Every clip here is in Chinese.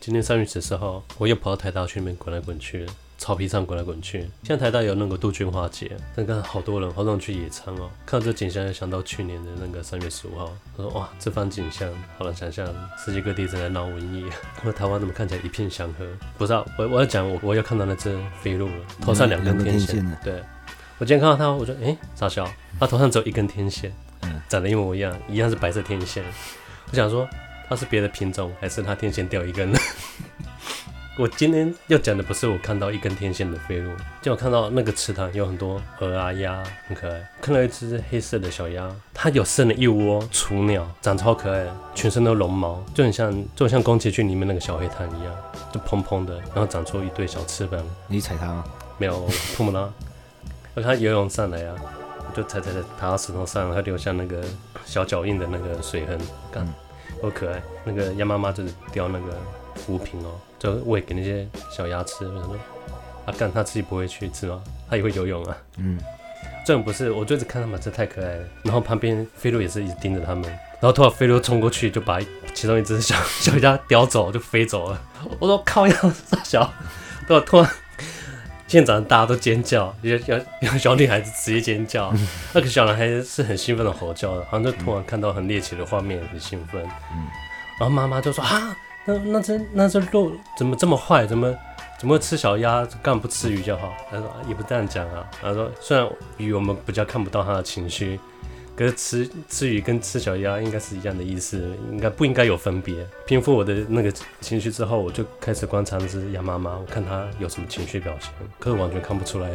今年3月10号，我又跑到台大去那边滚来滚去，草皮上滚来滚去。现在台大有那个杜鹃花节，但看好多人去野餐哦。看到这景象，就想到去年的那个3月15号，我说哇，这番景象好难想象，世界各地正在闹瘟疫。那台湾怎么看起来一片祥和？不知道，我要讲，我又看到那只飞鹿了，头上2根天线。对，我今天看到它，我说傻小，它头上只有1根天线，长得一模一样，一样是白色天线。我想说，它是别的品种，还是它天线掉1根呢？我今天要讲的不是我看到1根天线的飞鹿，就我看到那个池塘有很多鹅啊鸭，很可爱。看到一只黑色的小鸭，它有生了一窝雏鸟，长超可爱的，全身都绒毛，就很像宫崎骏里面那个小黑炭一样，就蓬蓬的，然后长出一对小翅膀。 你踩它吗？ 没有，我碰不到。我看它游泳上来啊，我就踩爬到石头上，它留下那个小脚印的那个水痕，多可爱。那个鸭妈妈就是叼那个浮萍哦，就喂给那些小鸭吃。我想说，它自己不会去吃吗？它也会游泳啊。这种不是，我就一直看它们，这太可爱了。然后旁边飞鹿也是一直盯着它们，然后突然飞鹿冲过去，就把其中一只小鸭叼走，就飞走了。我说靠呀，傻小，突然。现场大家都尖叫，有小女孩子直接尖叫，那个小男孩是很兴奋的吼叫的，好像就突然看到很猎奇的画面，很兴奋。然后妈妈就说啊，那只肉怎么这么坏？怎么会吃小鸭？干嘛不吃鱼就好？他说也不这样讲啊。他说虽然鱼我们比较看不到他的情绪，可是吃鱼跟吃小鸭应该是一样的意思，不应该有分别。平复我的那个情绪之后，我就开始观察那只鸭妈妈，我看她有什么情绪表现，可是完全看不出来。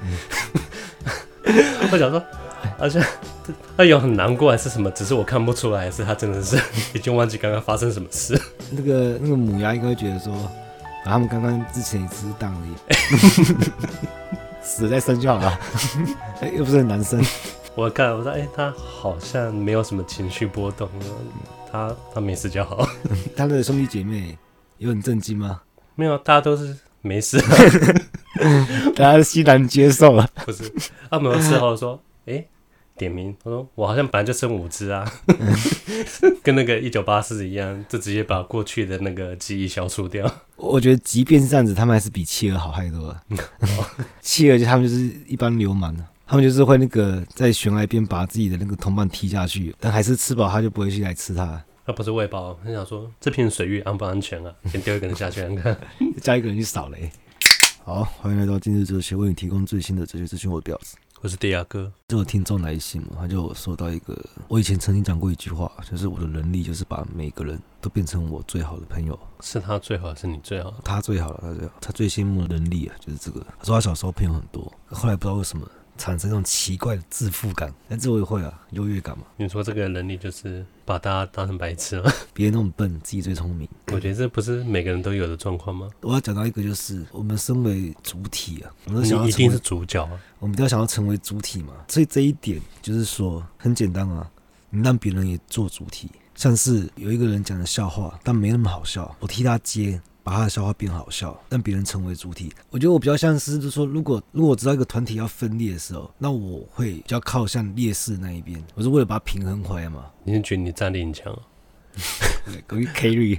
我想说，而且她有很难过还是什么，只是我看不出来，还是她真的是已经忘记刚刚发生什么事。 那个母鸭应该会觉得说，他们刚刚之前也只是当而已，死了再生就好了，又不是很难生。 我说他好像没有什么情绪波动，他没事就好。 他的兄弟姐妹有很震惊吗？ 没有，大家都是没事。 大家欣然接受了。 不是，他们事后说，点名，他说我好像本来就生5只啊，跟那个1984一样，就直接把过去的那个记忆消除掉。 我觉得即便是这样子，他们还是比企鹅好太多了。企鹅他们就是一般流氓，他们就是会在悬崖边把自己的那个同伴踢下去，但还是吃饱他就不会去来吃它。 他不是喂饱，很想说这片水域安不安全啊？先丢一个人下去看看， 加一个人去扫雷。好，欢迎来到今日哲学，为你提供最新的哲学资讯。我的婊子， 我是迪亚哥。 就有听众来信嘛，他就说到一个，我以前曾经讲过一句话，就是我的能力就是把每个人都变成我最好的朋友。 是他最好还是你最好？ 他最好了，他最羡慕的能力啊，就是这个。他说他小时候朋友很多，后来不知道为什么产生这种奇怪的自负感，但这我也会啊，优越感嘛。 你说这个能力就是把大家当成白痴吗？ 别人那么笨，自己最聪明。 我觉得这不是每个人都有的状况吗？ 我要讲到一个，就是我们身为主体啊，我们都想要你一定是主角啊， 我们比较想要成为主体嘛，所以这一点就是说很简单啊，你让别人也做主体。像是有一个人讲的笑话，但没那么好笑，我替他接。把他的笑话变好笑，让别人成为主体。我觉得我比较像是，就是说，如果我知道一个团体要分裂的时候，那我会比较靠向劣势那一边。我是为了把它平衡回来嘛。 你是觉得你战力很强啊？ 可以 carry。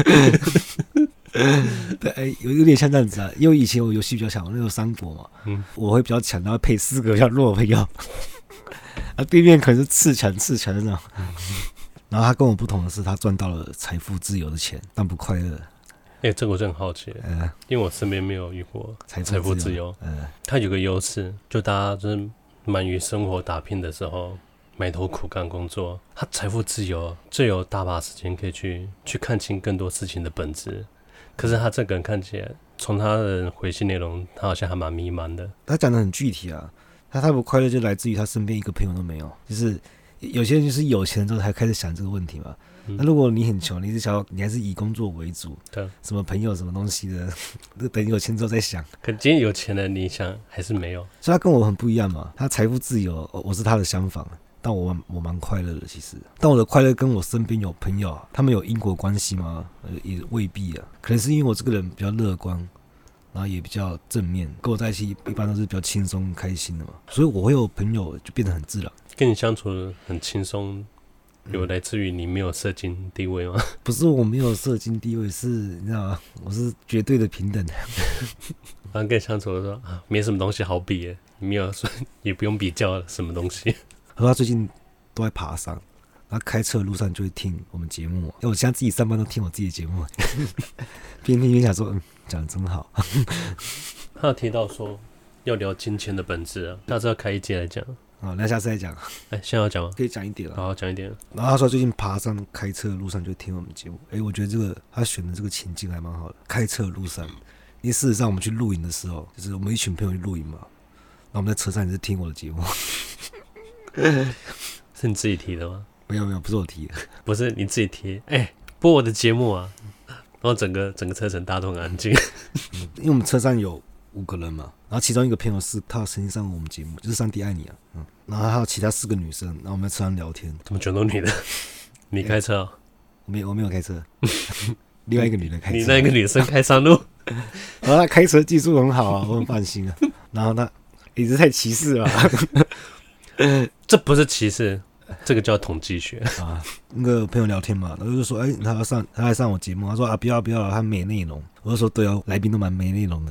对，有点像这样子啊。因为以前我游戏比较强，那个三国嘛，我会比较强，然后配4个比较弱的朋友。对面可能是次强那种。然后他跟我不同的是，他赚到了财富自由的钱，但不快乐。 这个我就很好奇，因为我身边没有遇过财富自由。它有个优势，就大家就是忙于生活打拼的时候，埋头苦干工作，他财富自由，就有大把时间可以去看清更多事情的本质。可是他这个人看起来，从他的回信内容，他好像还蛮迷茫的。 他讲得很具体啊，他不快乐就来自于他身边一个朋友都没有，就是有些人就是有钱之后才开始想这个问题嘛。那如果你很穷，你还是以工作为主，对，什么朋友什么东西的，等有钱之后再想。 可今天有钱了，你想还是没有？ 所以他跟我很不一样嘛，他财富自由，我是他的相反，但我蛮快乐的其实。但我的快乐跟我身边有朋友，他们有因果关系吗？也未必啊，可能是因为我这个人比较乐观，然后也比较正面，跟我在一起一般都是比较轻松开心的嘛，所以我会有朋友就变得很自然， 跟你相处很轻松。 有来自于你没有社经地位吗？ 不是我没有社经地位，是你知道吗？我是绝对的平等。 反正跟你相处的时候啊，没什么东西好比耶，你没有说也不用比较什么东西。 和他最近都在爬山，然后开车的路上就会听我们节目。我现在自己上班都听我自己的节目，边听边想说，讲得真好。 他有提到说要聊金钱的本质啊，下次要开一节来讲。 好，那下次再讲。 现在要讲吗？ 可以讲一点了。 好，讲一点。 然后他说最近爬山开车的路上就会听我们节目。我觉得这个他选的这个情境还蛮好的，开车的路上。因为事实上我们去露营的时候，就是我们一群朋友去露营嘛，然后我们在车上也是听我的节目。 是你自己提的吗？ 没有，不是我提的。 不是你自己提。播我的节目啊，然后整个车程大家都很安静。 因为我们车上有5个人嘛，然后其中一个朋友是他曾经上过我们节目，就是上帝爱你啊，然后还有其他4个女生，然后我们在车上聊天。 怎么全都女的？你开车啊？ 我没有开车，另外一个女的开车。 你那个女生开山路， 然后她开车技术很好啊，我很放心啊。然后她也是太歧视了吧。 这不是歧视，这个叫统计学啊。那个朋友聊天嘛，然后就说，他来上我节目，他说啊，不要，他没内容。我就说对哦，来宾都蛮没内容的。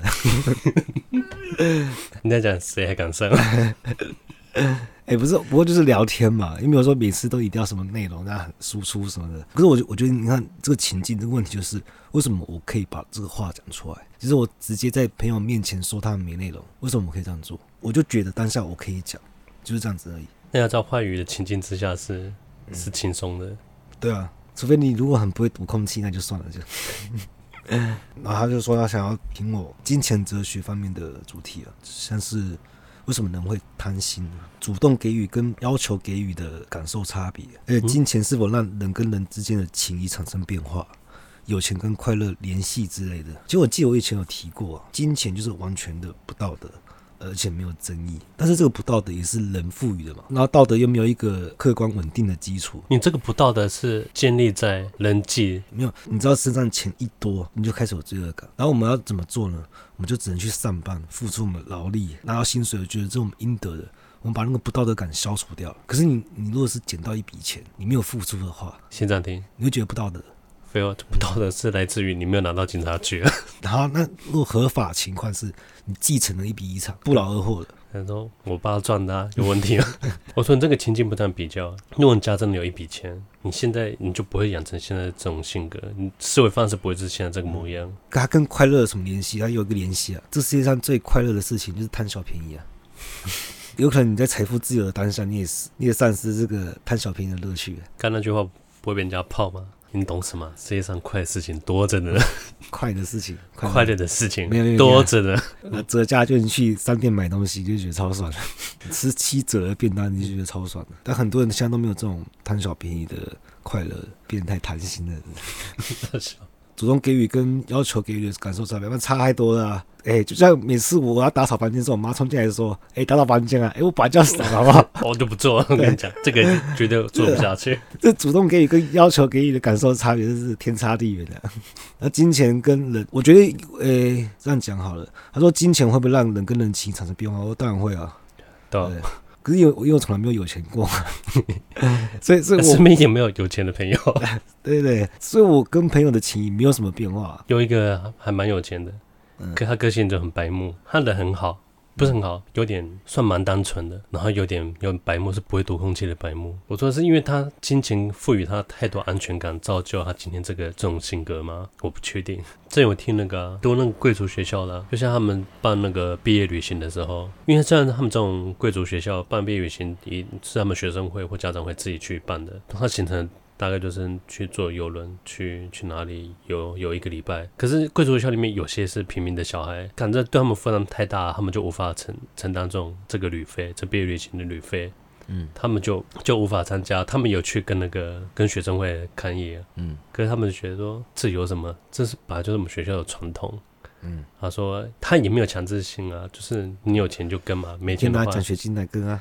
你在讲谁还敢上？ 不是，不过就是聊天嘛，因为有时候每次都一定要什么内容，那输出什么的。可是我觉得，你看这个情境，这个问题就是，为什么我可以把这个话讲出来？就是我直接在朋友面前说他们没内容，为什么我可以这样做？我就觉得当下我可以讲，就是这样子而已。 那要在话语的情境之下是轻松的。 对啊，除非你如果很不会读空气，那就算了就。然后他就说他想要听我金钱哲学方面的主题啊，像是为什么人会贪心，主动给予跟要求给予的感受差别，而且金钱是否让人跟人之间的情谊产生变化，有钱跟快乐联系之类的。其实我记得我以前有提过啊，金钱就是完全的不道德，而且没有争议，但是这个不道德也是人赋予的嘛，然后道德又没有一个客观稳定的基础。 你这个不道德是建立在人际， 没有，你知道身上钱一多，你就开始有罪恶感。然后我们要怎么做呢？我们就只能去上班，付出我们劳力，拿到薪水，我觉得这是我们应得的。我们把那个不道德感消除掉。可是你如果是捡到一笔钱，你没有付出的话， 先暂停， 你会觉得不道德。 废话，不道德是来自于你没有拿到警察局啊。 然后那如果合法情况是你继承了一笔遗产，不劳而获的。 他说我爸赚的有问题吗？我说你这个情境不但比较，如果你家真的有一笔钱，你现在你就不会养成现在这种性格，你思维方式不会是现在这个模样。 可它跟快乐有什么联系？它有一个联系啊，这世界上最快乐的事情就是贪小便宜啊。有可能你在财富自由的当下，你也丧失这个贪小便宜的乐趣。 刚那句话不会被人家泡吗？你懂什么？世界上快的事情多着呢。 快的事情， 快乐的事情多着呢。 折价就你去商店买东西就觉得超爽的，吃7折的便当你就觉得超爽的。但很多人现在都没有这种贪小便宜的快乐，变态贪心的人。主动给予跟要求给予的感受差别，那差太多了啊。就像每次我要打扫房间的时候，我妈冲进来说：“打扫房间啊！”我把叫扫好不好？ 我就不做了。我跟你讲，这个绝对做不下去。 这主动给予跟要求给予的感受差别，这是天差地远的。那金钱跟人，我觉得，这样讲好了。他说，金钱会不会让人跟人情产生变化？我当然会啊。对。可是因为我从来没有有钱过，所以我身边也没有有钱的朋友。 对，所以我跟朋友的情谊没有什么变化。 有一个还蛮有钱的，可他个性就很白目，他人很好，不是很好，有点算蛮单纯的，然后有点白目，是不会读空气的白目。我说是因为他金钱赋予他太多安全感，造就他今天这种性格吗？我不确定。之前我听读那个贵族学校的，就像他们办那个毕业旅行的时候，因为虽然他们这种贵族学校办毕业旅行也是他们学生会或家长会自己去办的，他行程大概就是去坐邮轮去哪里有1个礼拜。可是贵族学校里面有些是平民的小孩，感觉对他们负担太大，他们就无法承担这个旅费，这毕业旅行的旅费。他们就无法参加。他们有去跟学生会抗议啊。可是他们就觉得说这有什么，这是本来就是我们学校的传统。他说他也没有强制性啊，就是你有钱就跟嘛，没钱的话拿奖学金来跟啊。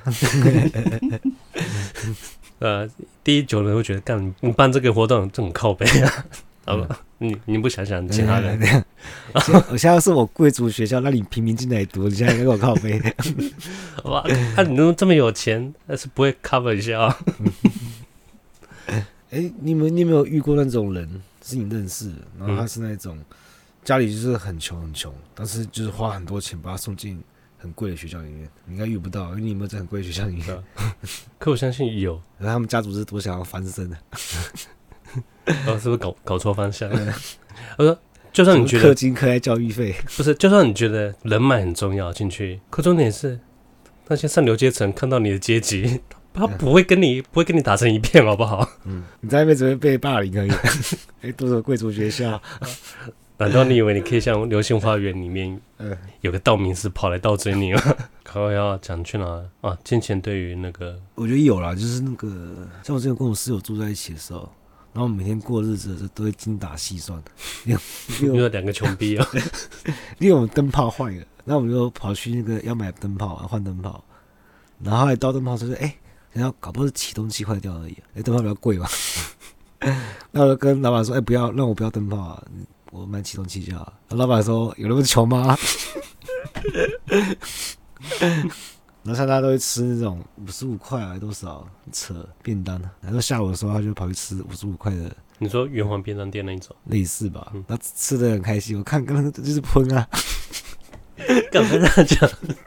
第一久了会觉得干你办这个活动这种靠北啊。你不想想其他人？ 我现在是我贵族学校，让你平民进来读，你现在跟我靠背。 哇，你都这么有钱，但是不会 cover 一下啊？ 你有没有遇过那种人是你认识的，然后他是那种家里就是很穷，但是就是花很多钱把他送进很贵的学校里面？你应该遇不到，因为你有没有在很贵的学校里面？ 可我相信有。 然后他们家族是多想要翻身的。 是不是搞错方向？我说，就算你觉得氪金氪在教育费， 不是，就算你觉得人脉很重要进去，可重点是那些上流阶层看到你的阶级，他不会跟你打成一片，好不好？ 你在那边只会被霸凌而已。读什么贵族学校？ 难道你以为你可以像《流星花园》里面有个道明寺跑来倒追你吗？靠要讲去哪啊？金钱对于那个， 我觉得有啦，就是那个像我之前跟我室友住在一起的时候，然后我们每天过日子的时候都会精打细算的。 因为两个穷逼哦， 因为我们灯泡坏了，然后我们就跑去那个要买灯泡换灯泡，然后后来到灯泡就说然后搞不好是启动器坏掉而已，灯泡比较贵嘛。那我就跟老板说，不要让我不要灯泡啊，我买启动器就好。老板说有那么穷吗？然后像大家都会吃那种55块还多少扯便当，然后下午的时候他就跑去吃55块的。 你说圆环便当店那一种， 类似吧？他吃的很开心，我看刚刚就是喷啊， 干嘛这样讲？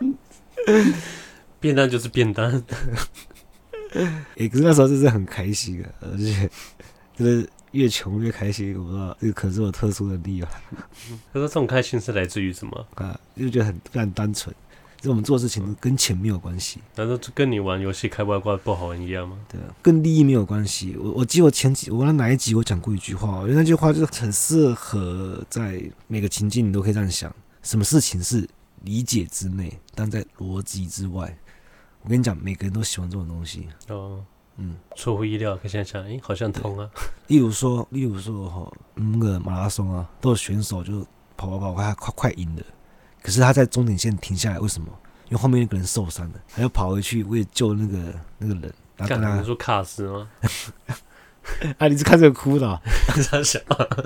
便当就是便当。 可是那时候真是很开心的，而且就是越穷越开心，我不知道这个可能是我特殊能力吧。 可是这种开心是来自于什么啊？就觉得非常单纯，就我们做的事情跟钱没有关系。 难道跟你玩游戏开外挂不好玩一样吗？ 对啊，跟利益没有关系。我记得我忘了哪一集我讲过一句话，我觉得那句话就是很适合在每个情境你都可以这样想：什么事情是理解之内，但在逻辑之外。我跟你讲，每个人都喜欢这种东西。 出乎意料，可现在想，好像通啊。 例如说那个马拉松啊，都有选手就跑快赢了，可是他在终点线停下来，为什么？因为后面那个人受伤了，他要跑回去为了救那个人。 干嘛？你说卡斯吗？ 你是看这个哭的？ 他想，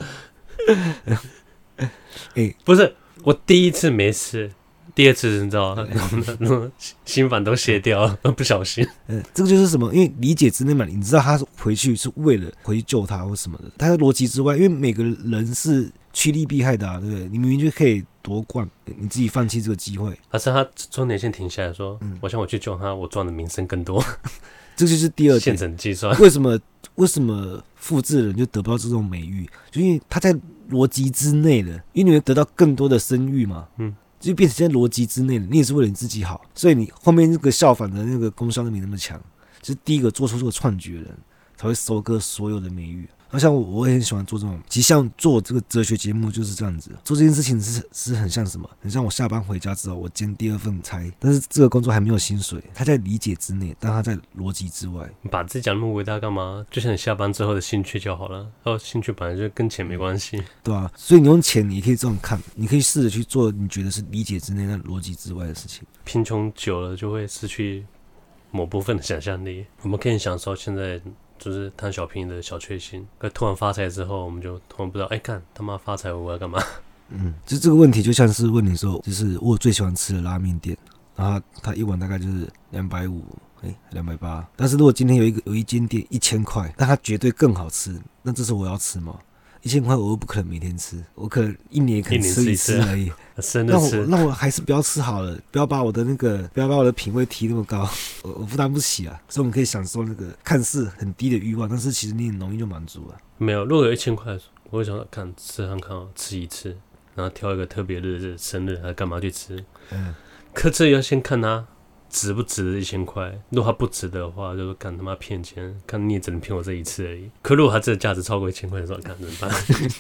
不是，我第一次没事。第二次你知道心烦都卸掉了，不小心。 这个就是什么？因为理解之内嘛，你知道他回去是为了回去救他或什么的，他在逻辑之外，因为每个人是趋利避害的啊，对不对？你明明就可以夺冠，你自己放弃这个机会。 还是他终点线停下来说，我想我去救他，我赚的名声更多。 这就是第二点， 现成计算。 为什么复制人就得不到这种美誉？就因为他在逻辑之内的，因为你会得到更多的声誉嘛。就变成现在逻辑之内的，你也是为了你自己好，所以你后面那个效反的那个功效就没那么强。就是第一个做出这个创举的人，才会收割所有的美誉。那像我也很喜欢做这种，其实像做这个哲学节目就是这样子。做这件事情是很像什么？很像我下班回家之后，我兼第二份差，但是这个工作还没有薪水，他在理解之内，但他在逻辑之外。 你把自己讲那么伟大干嘛？就像你下班之后的兴趣就好了。兴趣本来就跟钱没关系， 对啊，所以你用钱，你也可以这种看，你可以试着去做你觉得是理解之内但逻辑之外的事情。 贫穷久了就会失去某部分的想象力。我们可以享受现在就是贪小便宜的小确幸，可突然发财之后，我们就突然不知道，干他妈发财我要干嘛？ 就这个问题就像是问你说，就是我最喜欢吃的拉面店，然后它一碗大概就是250， 280，但是如果今天有一间店1000块，但它绝对更好吃，那这是我要吃吗？1000块我又不可能每天吃，我可能一年可能吃一次而已。那我还是不要吃好了，不要把我的品味提那么高，我负担不起啊。所以我们可以享受那个看似很低的欲望，但是其实你很容易就满足了。 没有，如果有1000块，我会想看吃一次，然后挑一个特别日子，生日还干嘛去吃？可这要先看他值不值得1000块。如果他不值得的话，就是干他妈骗钱，看你也只能骗我这一次而已。可如果他真的价值超过1000块的时候，看怎么办？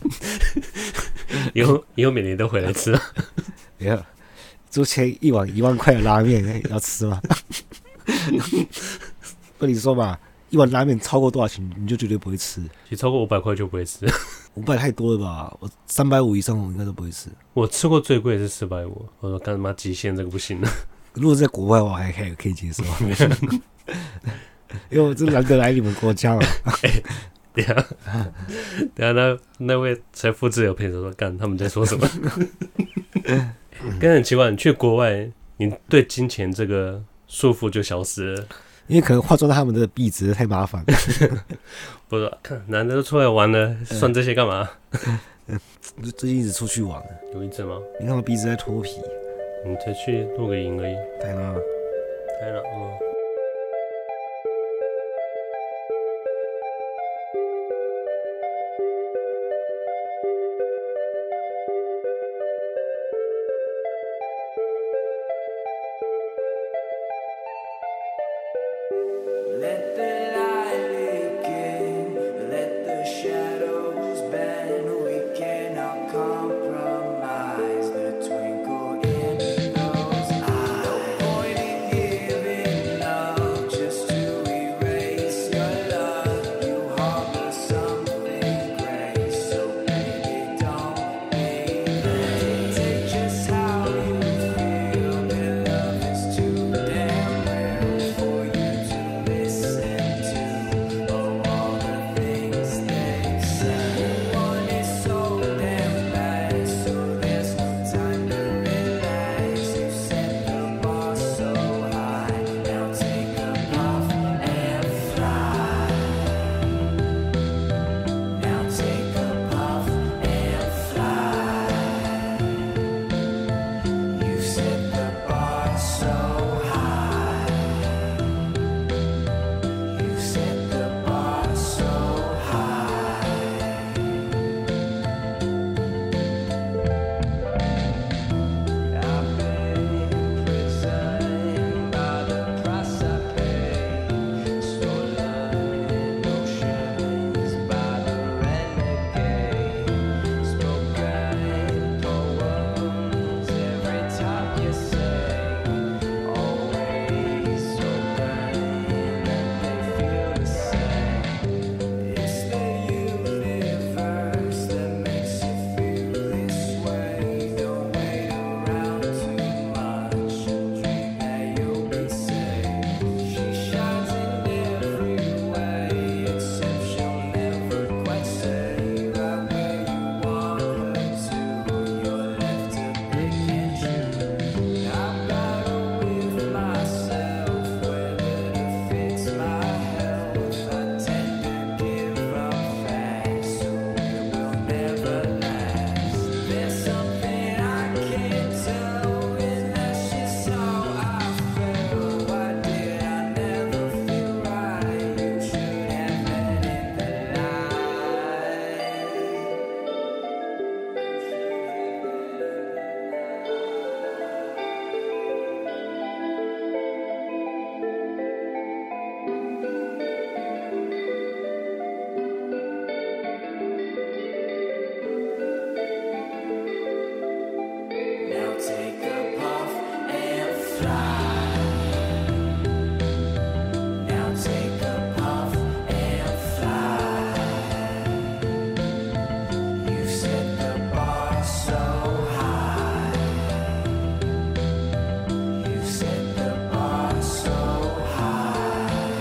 以后每年都回来吃啊。 之前一碗1万块的拉面要吃吗？跟你说嘛，一碗拉面超过多少钱你就绝对不会吃。 其实超过500块就不会吃。 500太多了吧？我350以上我应该都不会吃。 我吃过最贵的是450，我说干他妈极限这个不行了。 如果在国外我还可以接受。因为我真难得来你们国家嘛。 等下那位财富自由朋友说干他们在说什么？跟很奇怪，你去国外，你对金钱这个束缚就消失了。 因为可能化妆他们的币值太麻烦。 不是，看男的都出来玩了，算这些干嘛？ 最近一直出去玩， 有一阵吗？ 你看我鼻子在脱皮， 你才去露个营而已。 台南啊， 台南， Let the light leak in, let the shadows bend. We cannot compromise the twinkle in those eyes. No point in giving up just to erase your love. You harbor something great, so baby don't be late. Take just how you feel. That love is too damn real for you to listen to. Oh, all the things they say. One is so damn bad, so there's no time to relax. You set the bar so high. Now take a puff and fly. Now take a puff and fly. You set the bar so high. You set the bar so high. I've been in prison by the price I pay. Stolen emotions by the renegade. Spoken poems every time you say. Always open that they feel the same. It's the universe that makes you feel this way. Don't wait around too much. Dream that you'll be safe. She shines in every way, except she'll never quite stay right where you want her to. You're left to pick and choose. I've battled with myself whether to fix my health. I tend to give up fast, so it will never last. There's something I can't tell, and that's just how I feel. Why did I never feel right? You should have let it the light. Now take a puff and fly. Now take a puff and fly. You set the bar so high. You set the bar so high.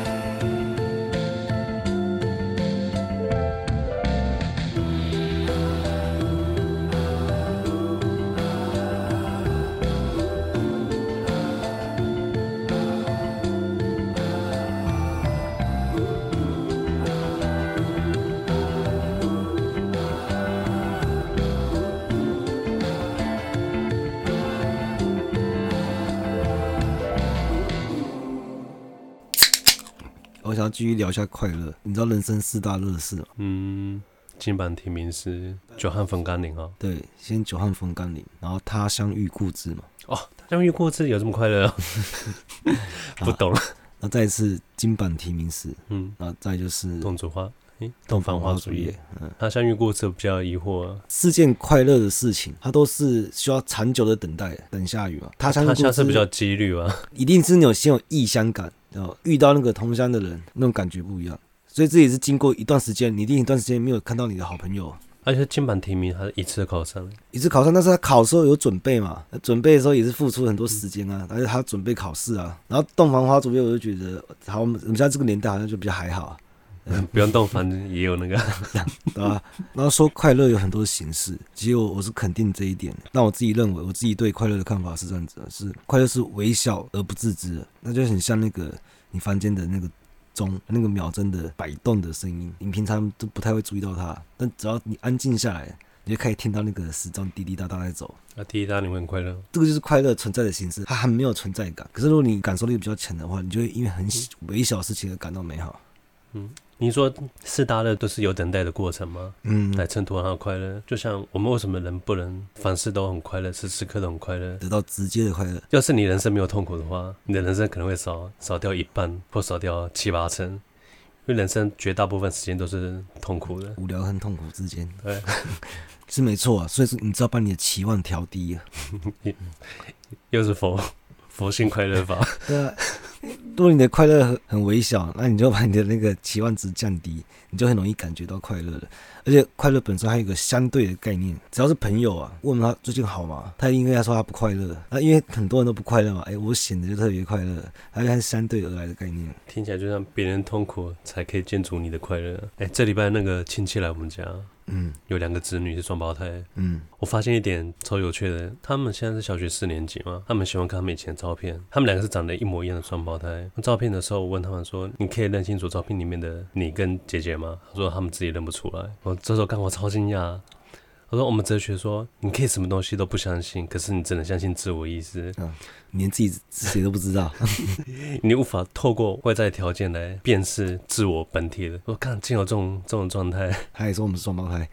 我想要继续聊一下快乐。你知道人生4大乐事吗？ 金版提名是久旱逢甘霖啊。 对，先久旱逢甘霖，然后他乡遇故知嘛。 哦，他乡遇故知有这么快乐啊？不懂了。 那再一次金版提名是，然后再就是洞烛花，洞房花烛夜。他乡遇故知比较疑惑啊。 4件快乐的事情，它都是需要长久的等待，等下雨嘛。他乡是比较几率啊， 一定是你有先有异乡感，遇到那个同乡的人，那种感觉不一样。所以这也是经过一段时间，你一定一段时间没有看到你的好朋友。 而且金版提名他是一次考上， 但是他考的时候有准备嘛，准备的时候也是付出很多时间啊，而且他准备考试啊。然后洞房花烛夜，我就觉得，好，我们现在这个年代好像就比较还好啊。 不用动，反正也有那个， 对吧？然后说快乐有很多形式，其实我是肯定这一点的。那我自己认为，我自己对快乐的看法是这样子的：是快乐是微小而不自知的，那就很像那个你房间的那个钟那个秒针的摆动的声音，你平常都不太会注意到它，但只要你安静下来，你就可以听到那个时钟滴滴答答在走。 那滴滴答你会很快乐。 这个就是快乐存在的形式，它还没有存在感。可是如果你感受力比较强的话，你就会因为很微小事情而感到美好。 你说四大乐都是有等待的过程吗？来衬托它的快乐。就像我们为什么人不能凡事都很快乐，时时刻都很快乐， 得到直接的快乐。 要是你人生没有痛苦的话，你的人生可能会少掉一半，或少掉7-8成。因为人生绝大部分时间都是痛苦的， 无聊和痛苦之间， 对， 是没错啊。所以说，你知道把你的期望调低了。 又是佛性快乐法。 对啊，如果你的快乐很微小，那你就把你的那个期望值降低，你就很容易感觉到快乐了。而且快乐本身还有一个相对的概念，只要是朋友啊，问他最近好吗，他应该要说他不快乐。那因为很多人都不快乐嘛，我显得就特别快乐，它是相对而来的概念。 听起来就像别人痛苦才可以建筑你的快乐。这礼拜那个亲戚来我们家，有2个子女是双胞胎，我发现一点超有趣的，他们现在是小学4年级嘛，他们喜欢看他们以前的照片，他们2个是长得一模一样的双胞胎。照片的时候，我问他们说：“你可以认清楚照片里面的你跟姐姐吗？”他说他们自己认不出来。我这时候刚好超惊讶。我说我们哲学说，你可以什么东西都不相信，可是你只能相信自我意识。 你连自己是谁都不知道， 你无法透过外在条件来辨识自我本体的。我看竟有这种状态。 他还说我们是双胞胎，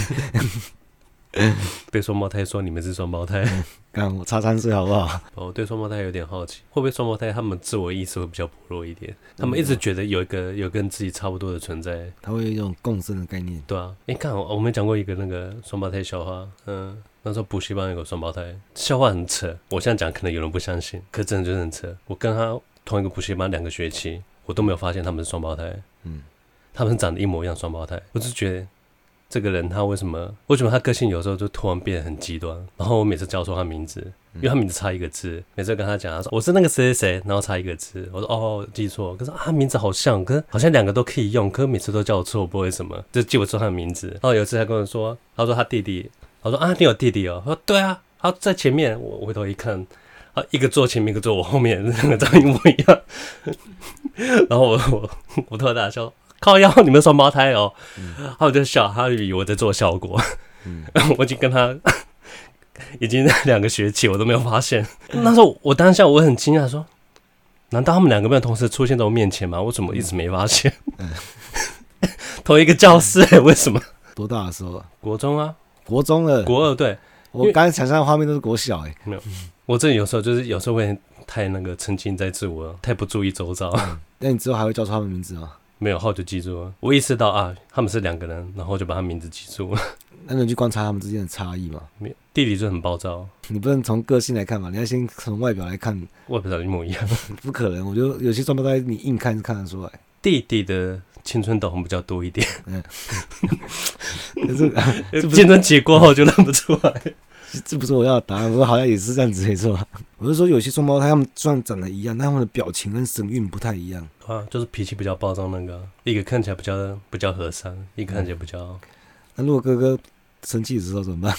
对双胞胎说你们是双胞胎。 干我差3岁好不好？ 我对双胞胎有点好奇，会不会双胞胎他们自我意识会比较薄弱一点？他们一直觉得有跟自己差不多的存在， 他会有一种共生的概念。 对啊，看我们讲过一个那个双胞胎笑话，那时候补习班有个双胞胎，笑话很扯，我现在讲可能有人不相信，可真的就是很扯。我跟他同一个补习班2个学期，我都没有发现他们是双胞胎，他们长得一模一样双胞胎，我就觉得。这个人他为什么他个性有时候就突然变得很极端，然后我每次叫错他名字，因为他名字差1个字，每次跟他讲，他说我是那个谁谁谁，然后差1个字，我说哦记错，可是他名字好像，可是好像2个都可以用，可是每次都叫我错，我不知道为什么，就记不住他的名字。然后有一次他跟我说，他说他弟弟，我说你有弟弟哦，他说对啊，他在前面，我回头一看，一个坐前面，一个坐我后面，2个长得一模一样，然后我突然大笑。靠腰，你们双胞胎哦，然后我就笑，他以为我在做效果，我已经跟他已经2个学期，我都没有发现。那时候我当下我很惊讶，说：难道他们2个没有同时出现在我面前吗？我怎么一直没发现？同一个教室，为什么？ 多大的时候啊？ 国中啊， 国中了， 国2对。 我刚才想象的画面都是国小没有，我这有时候会太那个沉浸在自我，太不注意周遭。 那你之后还会叫出他们名字吗？ 没有，后就记住了。我意识到他们是2个人，然后就把他名字记住了。 那你去观察他们之间的差异吗？ 没有，弟弟就很暴躁。 你不能从个性来看嘛，你要先从外表来看。 外表长得一模一样， 不可能。我觉得有些双胞胎你硬看是看得出来。 弟弟的青春痘红比较多一点， 可是青春期过后就认不出来。 这不是我要的答案，不过好像也是这样子没错。我是说有些双胞胎他们虽然长得一样，但他们的表情跟神韵不太一样。 就是脾气比较暴躁那个，一个看起来比较和善，一个看起来比较。 那如果哥哥生气的时候怎么办？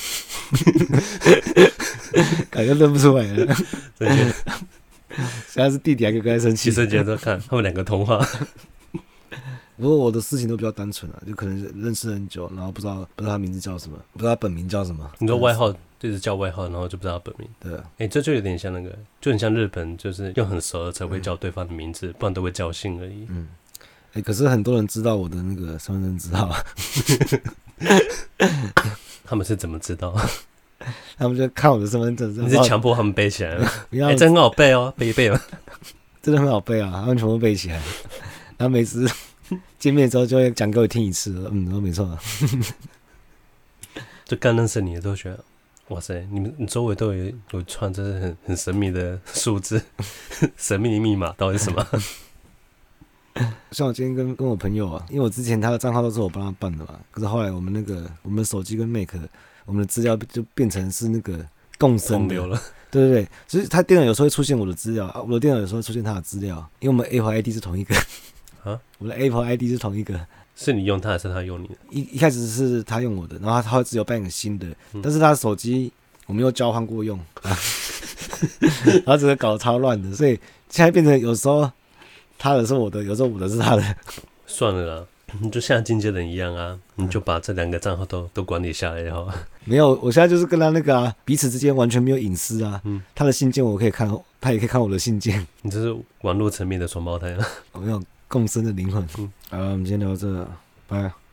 感觉认不出来了。现在是弟弟还跟哥哥生气， 其实觉得看他们2个通话。 不过我的事情都比较单纯就可能认识很久，然后不知道他名字叫什么，不知道他本名叫什么。 你说外号就是叫外号，然后就不知道他本名。 对， 这就有点像那个，就很像日本，就是用很熟的才会叫对方的名字，不然都会叫姓而已。 可是很多人知道我的那个身份证字号。 他们是怎么知道？ 他们就看我的身份证。 你是强迫他们背起来了？这很好背哦，背一背吧。 真的很好背啊，他们全部背起来。然后每次见面之后就会讲给我听一次，都没错。 就刚认识你的都觉得，哇塞，你周围都有串，这是很神秘的数字，神秘的密码到底是什么？ 像我今天跟我朋友因为我之前他的账号都是我帮他办的嘛，可是后来我们手机跟 Mac， 我们的资料就变成是那个共生的了。 对，所以他电脑有时候会出现我的资料我的电脑有时候会出现他的资料，因为我们 Apple ID 是同一个。我的 Apple ID 是同一个。是你用他还是他用你的？ 一开始是他用我的，然后他会自由办一个新的，但是他的手机我们又交换过用，然后整个搞得超乱的，所以现在变成有时候他的是我的，有时候我的是他的。 算了啦，你就像经纪人一样啊，你就把这2个账号都管理下来就好了。 没有，我现在就是跟他那个啊，彼此之间完全没有隐私啊。他的信件我可以看，他也可以看我的信件。 你这是网络层面的双胞胎啊。 我们有共生的灵魂。好了，我们今天聊到这，拜。